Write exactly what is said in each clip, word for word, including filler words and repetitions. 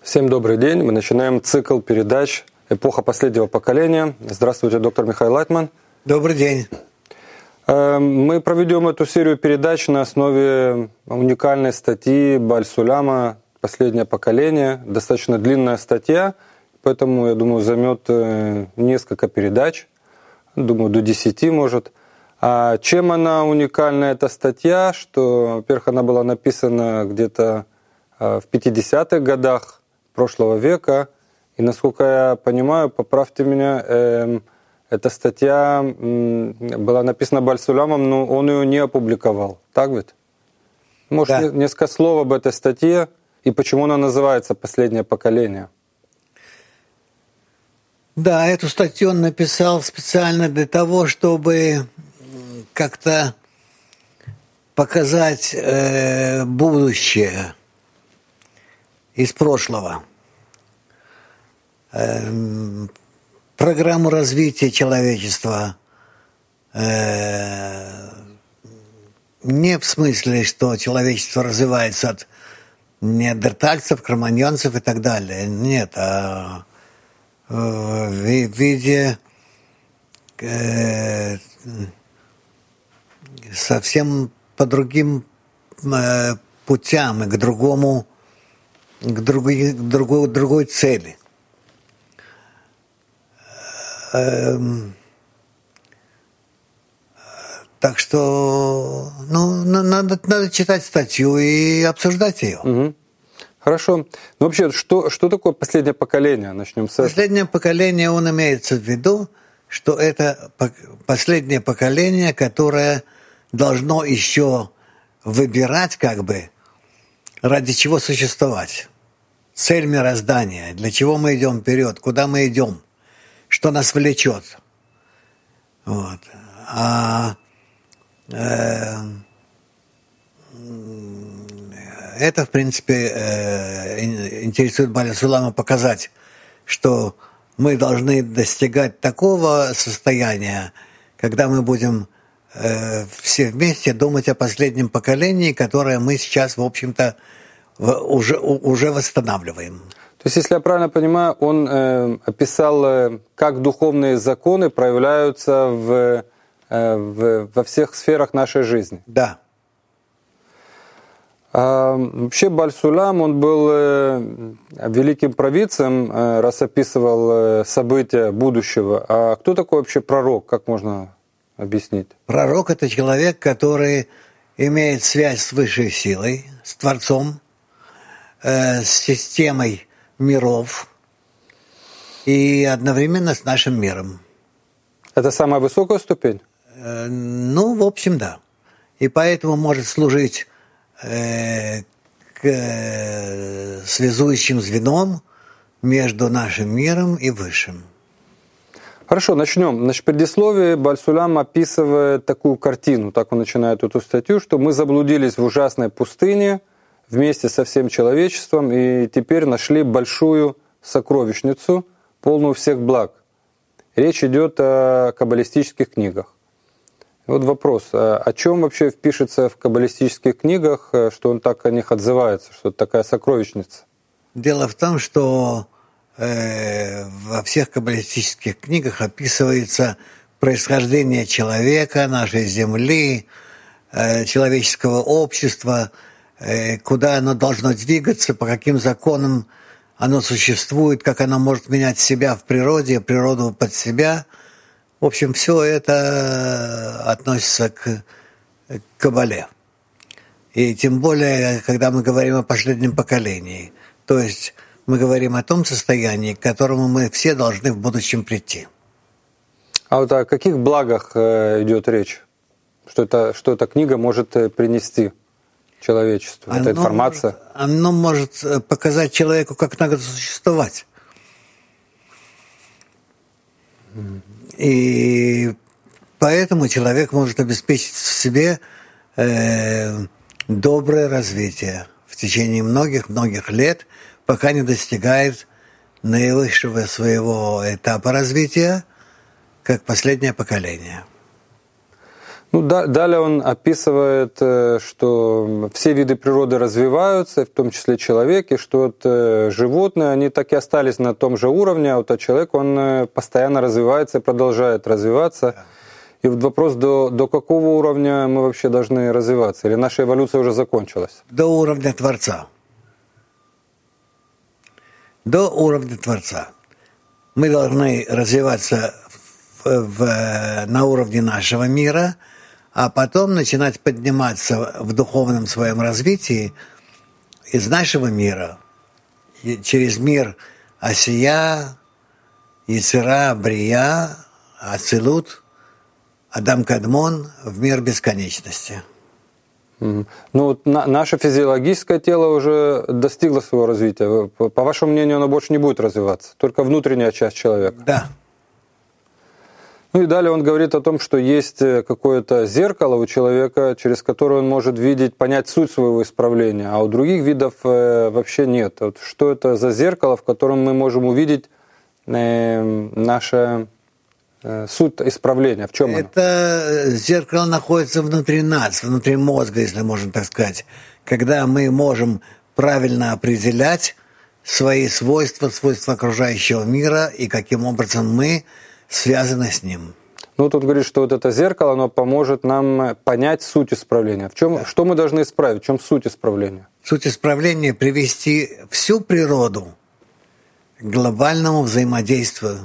Всем добрый день. Мы начинаем цикл передач «Эпоха последнего поколения». Здравствуйте, доктор Михаил Лайтман. Добрый день. Мы проведем эту серию передач на основе уникальной статьи Бааль Суляма «Последнее поколение». Достаточно длинная статья, поэтому, я думаю, займет несколько передач, думаю, до десяти, может. А чем она уникальна, эта статья, что, во-первых, она была написана где-то в пятидесятых годах прошлого века, и, насколько я понимаю, поправьте меня, э, эта статья э, была написана Бааль Сулямом, но он ее не опубликовал, так ведь? Может, да. Несколько слов об этой статье и почему она называется «Последнее поколение»? Да, эту статью он написал специально для того, чтобы как-то показать э, будущее из прошлого, э, программу развития человечества, э, не в смысле, что человечество развивается от неандертальцев, кроманьонцев и так далее, нет, а в виде э, совсем по другим э, путям и к другому, к другой, к другой, другой цели. Э, так что, ну, надо, надо читать статью и обсуждать ее. Угу. Хорошо. Ну, вообще, что, что такое последнее поколение? Начнем с этого. Последнее поколение, он имеется в виду, что это последнее поколение, которое должно еще выбирать, как бы, ради чего существовать. Цель мироздания, для чего мы идем вперед, куда мы идем, что нас влечет. Вот. А э, это, в принципе, интересует Бааля Сулама показать, что мы должны достигать такого состояния, когда мы будем все вместе думать о последнем поколении, которое мы сейчас, в общем-то, уже, уже восстанавливаем. То есть, если я правильно понимаю, он э, описал, э, как духовные законы проявляются в, э, в, во всех сферах нашей жизни. Да. А, вообще Бааль Сулям, он был э, великим провидцем, э, раз описывал э, события будущего. А кто такой вообще пророк? Как можно объяснить? Пророк — это человек, который имеет связь с высшей силой, с Творцом, э, с системой миров и одновременно с нашим миром. Это самая высокая ступень? Э, ну, в общем, да. И поэтому может служить э, к, э, связующим звеном между нашим миром и высшим. Хорошо, начнем. Значит, в предисловии Бааль Сулям описывает такую картину, так он начинает эту статью, что мы заблудились в ужасной пустыне вместе со всем человечеством и теперь нашли большую сокровищницу, полную всех благ. Речь идет о каббалистических книгах. Вот вопрос, о чем вообще пишется в каббалистических книгах, что он так о них отзывается, что это такая сокровищница? Дело в том, что во всех каббалистических книгах описывается происхождение человека, нашей земли, человеческого общества, куда оно должно двигаться, по каким законам оно существует, как оно может менять себя в природе, природу под себя. В общем, все это относится к Каббале. И тем более, когда мы говорим о последнем поколении, то есть мы говорим о том состоянии, к которому мы все должны в будущем прийти. А вот о каких благах идет речь? Что, это, что эта книга может принести человечеству? Оно эта информация? Может, оно может показать человеку, как надо существовать. И поэтому человек может обеспечить в себе э, доброе развитие в течение многих-многих лет, пока не достигает наивысшего своего этапа развития, как последнее поколение. Ну, да, далее он описывает, что все виды природы развиваются, в том числе человек, и что вот животные, они так и остались на том же уровне, а вот человек, он постоянно развивается и продолжает развиваться. И вот вопрос, до, до какого уровня мы вообще должны развиваться? Или наша эволюция уже закончилась? До уровня Творца. До уровня Творца. Мы должны развиваться в, в, на уровне нашего мира, а потом начинать подниматься в духовном своем развитии из нашего мира, через мир Асия, Яцера, Брия, Ацилут, Адам Кадмон в мир бесконечности. Mm-hmm. Ну вот на, наше физиологическое тело уже достигло своего развития. По, по вашему мнению, оно больше не будет развиваться, только внутренняя часть человека. Да. Ну и далее он говорит о том, что есть какое-то зеркало у человека, через которое он может видеть, понять суть своего исправления, а у других видов э, вообще нет. Вот что это за зеркало, в котором мы можем увидеть э, наше э, суть исправления? В чем это оно? Зеркало находится внутри нас, внутри мозга, если можно так сказать, когда мы можем правильно определять свои свойства, свойства окружающего мира и каким образом мы связаны с ним. Ну, вот он говорит, что вот это зеркало, оно поможет нам понять суть исправления. В чем, да. Что мы должны исправить? В чем суть исправления? Суть исправления — привести всю природу к глобальному взаимодействию.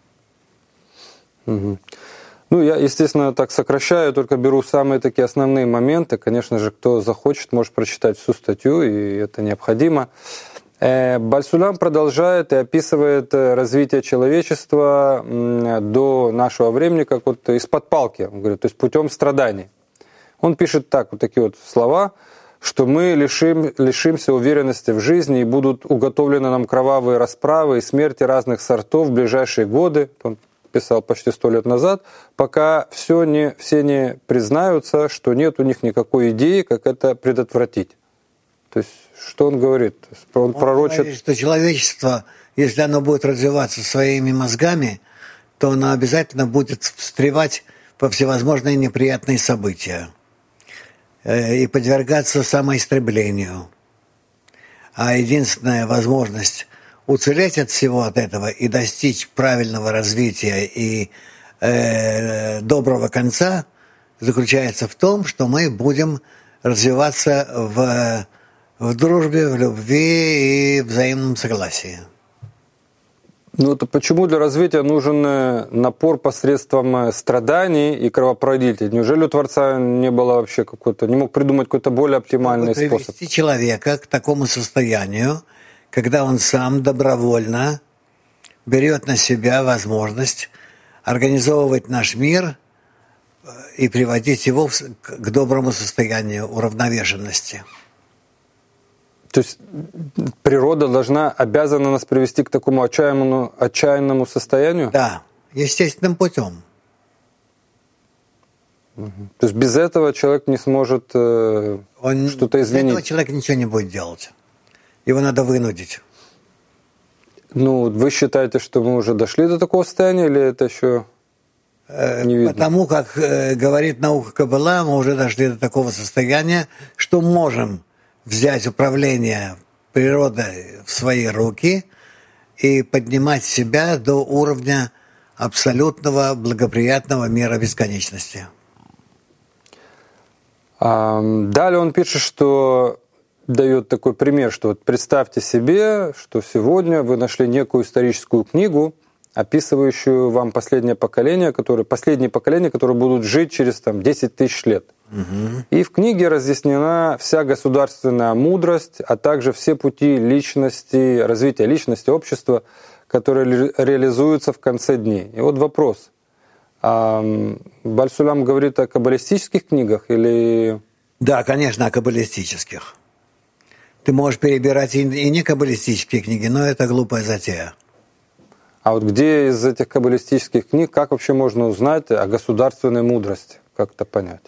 Угу. Ну, я, естественно, так сокращаю, только беру самые такие основные моменты. Конечно же, кто захочет, может прочитать всю статью, и это необходимо. Баль Сулам продолжает и описывает развитие человечества до нашего времени как вот из-под палки, он говорит, то есть путем страданий. Он пишет так, вот такие вот слова, что мы лишим, лишимся уверенности в жизни и будут уготовлены нам кровавые расправы и смерти разных сортов в ближайшие годы, он писал почти сто лет назад, пока все, не, все не признаются, что нет у них никакой идеи, как это предотвратить. То есть, что он говорит? Он, он пророчит... говорит, что человечество, если оно будет развиваться своими мозгами, то оно обязательно будет встревать во всевозможные неприятные события и подвергаться самоистреблению. А единственная возможность уцелеть от всего от этого и достичь правильного развития и э, доброго конца заключается в том, что мы будем развиваться в... в дружбе, в любви и взаимном согласии. Ну, то почему для развития нужен напор посредством страданий и кровопролития? Неужели у Творца не было вообще какой-то, не мог придумать какой-то более оптимальный Чтобы способ? привести человека к такому состоянию, когда он сам добровольно берет на себя возможность организовывать наш мир и приводить его к доброму состоянию уравновешенности. То есть природа должна, обязана нас привести к такому отчаянному, отчаянному состоянию? Да, естественным путем. Угу. То есть без этого человек не сможет э, Он, что-то изменить? Без этого человек ничего не будет делать. Его надо вынудить. Ну, вы считаете, что мы уже дошли до такого состояния, или это еще не видно? Потому как э, говорит наука Каббала, мы уже дошли до такого состояния, что можем взять управление природой в свои руки и поднимать себя до уровня абсолютного благоприятного мира бесконечности. Далее он пишет, что дает такой пример, что вот представьте себе, что сегодня вы нашли некую историческую книгу, описывающую вам последнее поколение, которое, последние поколения, которые будут жить через там, десять тысяч лет. Угу. И в книге разъяснена вся государственная мудрость, а также все пути личности, развития личности, общества, которые реализуются в конце дней. И вот вопрос. Баль Сулам говорит о каббалистических книгах или... Да, конечно, о каббалистических. Ты можешь перебирать и не каббалистические книги, но это глупая затея. А вот где из этих каббалистических книг, как вообще можно узнать о государственной мудрости? Как это понять?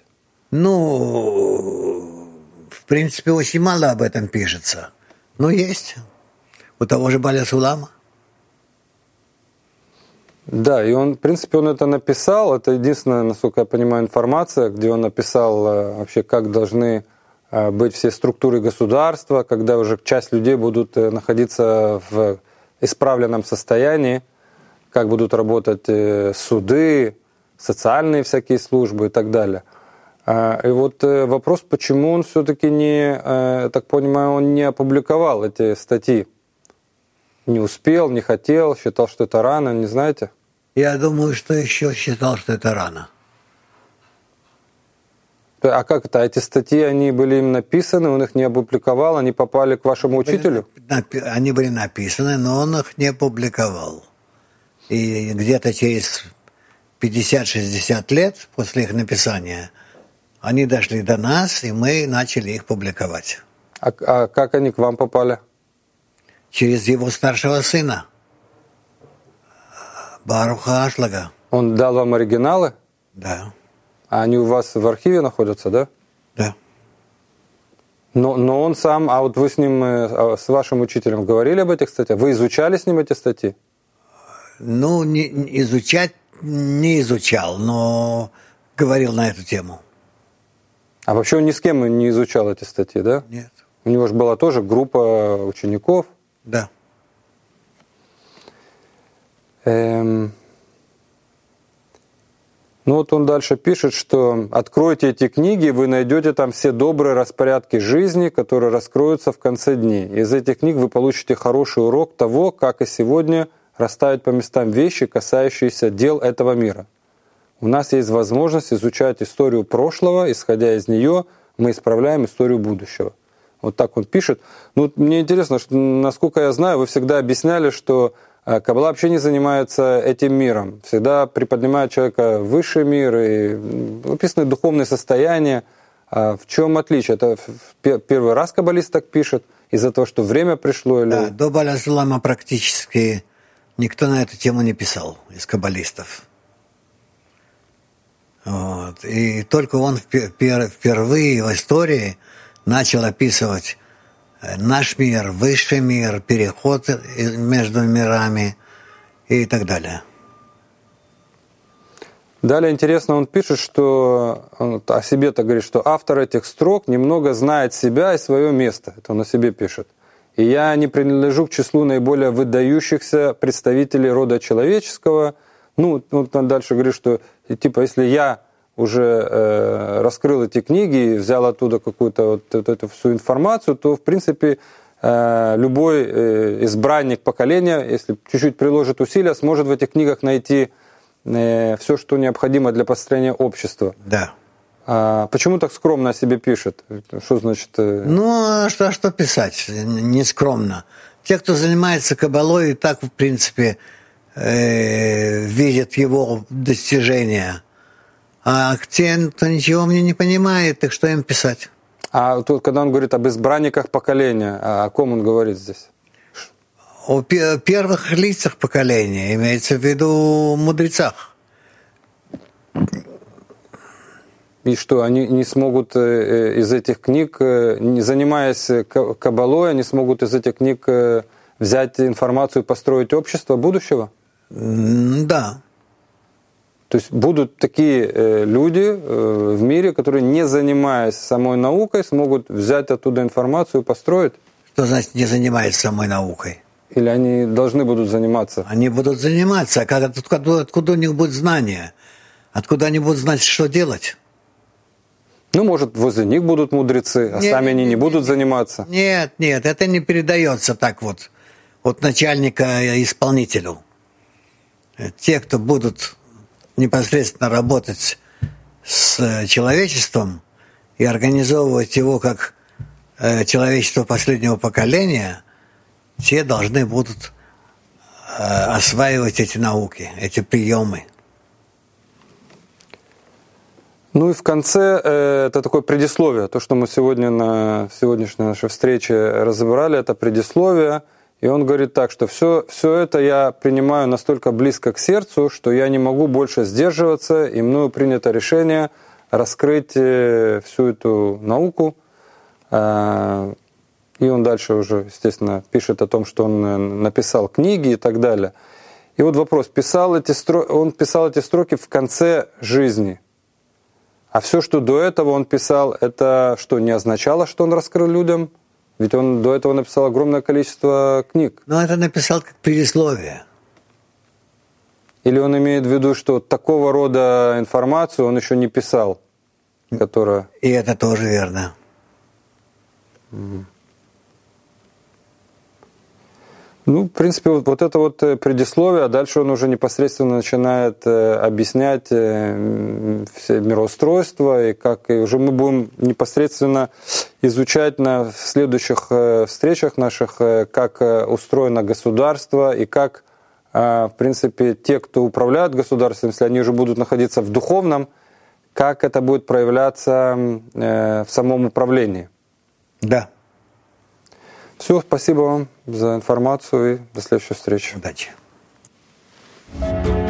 Ну, в принципе, очень мало об этом пишется. Но есть. У того же Баля Сулама. Да, и он, в принципе, он это написал. Это единственная, насколько я понимаю, информация, где он написал вообще, как должны быть все структуры государства, когда уже часть людей будут находиться в исправленном состоянии, как будут работать суды, социальные всякие службы и так далее. И вот вопрос, почему он все-таки не, так понимаю, он не опубликовал эти статьи? Не успел, не хотел, считал, что это рано, не знаете? Я думаю, что еще считал, что это рано. А как это? Эти статьи, они были им написаны, он их не опубликовал, они попали к вашему учителю? Они были написаны, но он их не публиковал. И где-то через пятьдесят-шестьдесят лет после их написания они дошли до нас, и мы начали их публиковать. А, а как они к вам попали? Через его старшего сына, Баруха Ашлага. Он дал вам оригиналы? Да. А они у вас в архиве находятся, да? Да. Но, но он сам, а вот вы с ним, с вашим учителем говорили об этих статьях? Вы изучали с ним эти статьи? Ну, не, изучать не изучал, но говорил на эту тему. А вообще он ни с кем не изучал эти статьи, да? Нет. У него же была тоже группа учеников. Да. Эм... Ну вот он дальше пишет, что откройте эти книги, вы найдете там все добрые распорядки жизни, которые раскроются в конце дней. Из этих книг вы получите хороший урок того, как и сегодня расставить по местам вещи, касающиеся дел этого мира. У нас есть возможность изучать историю прошлого, исходя из нее мы исправляем историю будущего. Вот так он пишет. Ну, мне интересно, что, насколько я знаю, вы всегда объясняли, что Каббала вообще не занимается этим миром. Всегда приподнимает человека в высший мир и описаны духовные состояния. А в чем отличие? Это первый раз каббалист так пишет? Из-за того, что время пришло? Или... Да, до Баля Сулама практически никто на эту тему не писал из каббалистов. Вот. И только он впервые в истории начал описывать наш мир, высший мир, переход между мирами и так далее. Далее интересно, он пишет, что он о себе-то говорит, что автор этих строк немного знает себя и свое место. Это он о себе пишет. И я не принадлежу к числу наиболее выдающихся представителей рода человеческого. Ну, вот он дальше говорит, что типа если я уже э, раскрыл эти книги, взял оттуда какую-то вот, вот эту всю информацию, то, в принципе, э, любой э, избранник поколения, если чуть-чуть приложит усилия, сможет в этих книгах найти э, все, что необходимо для построения общества. Да. А почему так скромно о себе пишет? Что значит? Э... Ну, а что, а что писать? Не скромно. Те, кто занимается каббалой, и так, в принципе, э, видят его достижения. А те, кто ничего мне не понимает, так что им писать? А тут, когда он говорит об избранниках поколения, о ком он говорит здесь? О первых лицах поколения, имеется в виду мудрецах. И что, они не смогут из этих книг, не занимаясь каббалой, они смогут из этих книг взять информацию и построить общество будущего? Да. То есть будут такие люди в мире, которые, не занимаясь самой наукой, смогут взять оттуда информацию и построить? Что значит не занимаясь самой наукой? Или они должны будут заниматься? Они будут заниматься. А как, откуда, откуда у них будет знания? Откуда они будут знать, что делать? Ну, может, возле них будут мудрецы, а нет, сами они не, не будут нет, заниматься? Нет, нет, это не передается так вот от начальника исполнителю. Те, кто будут непосредственно работать с человечеством и организовывать его как человечество последнего поколения, те должны будут осваивать эти науки, эти приемы. Ну и в конце это такое предисловие. То, что мы сегодня на сегодняшней нашей встрече разобрали, это предисловие. И он говорит так, что все, все это я принимаю настолько близко к сердцу, что я не могу больше сдерживаться, и мною принято решение раскрыть всю эту науку. И он дальше уже, естественно, пишет о том, что он написал книги и так далее. И вот вопрос, писал эти стро... он писал эти строки в конце жизни. А все, что до этого он писал, это что, не означало, что он раскрыл людям? Ведь он до этого написал огромное количество книг. Но это написал как предисловие. Или он имеет в виду, что такого рода информацию он еще не писал, которая... И это тоже верно. Mm. Ну, в принципе, вот, вот это вот предисловие, а дальше он уже непосредственно начинает э, объяснять э, все мироустройство, и как и уже мы будем непосредственно изучать на следующих э, встречах наших, э, как э, устроено государство, и как, э, в принципе, те, кто управляют государством, если они уже будут находиться в духовном, как это будет проявляться э, в самом управлении. Да. Все, спасибо вам за информацию и до следующей встречи. Удачи.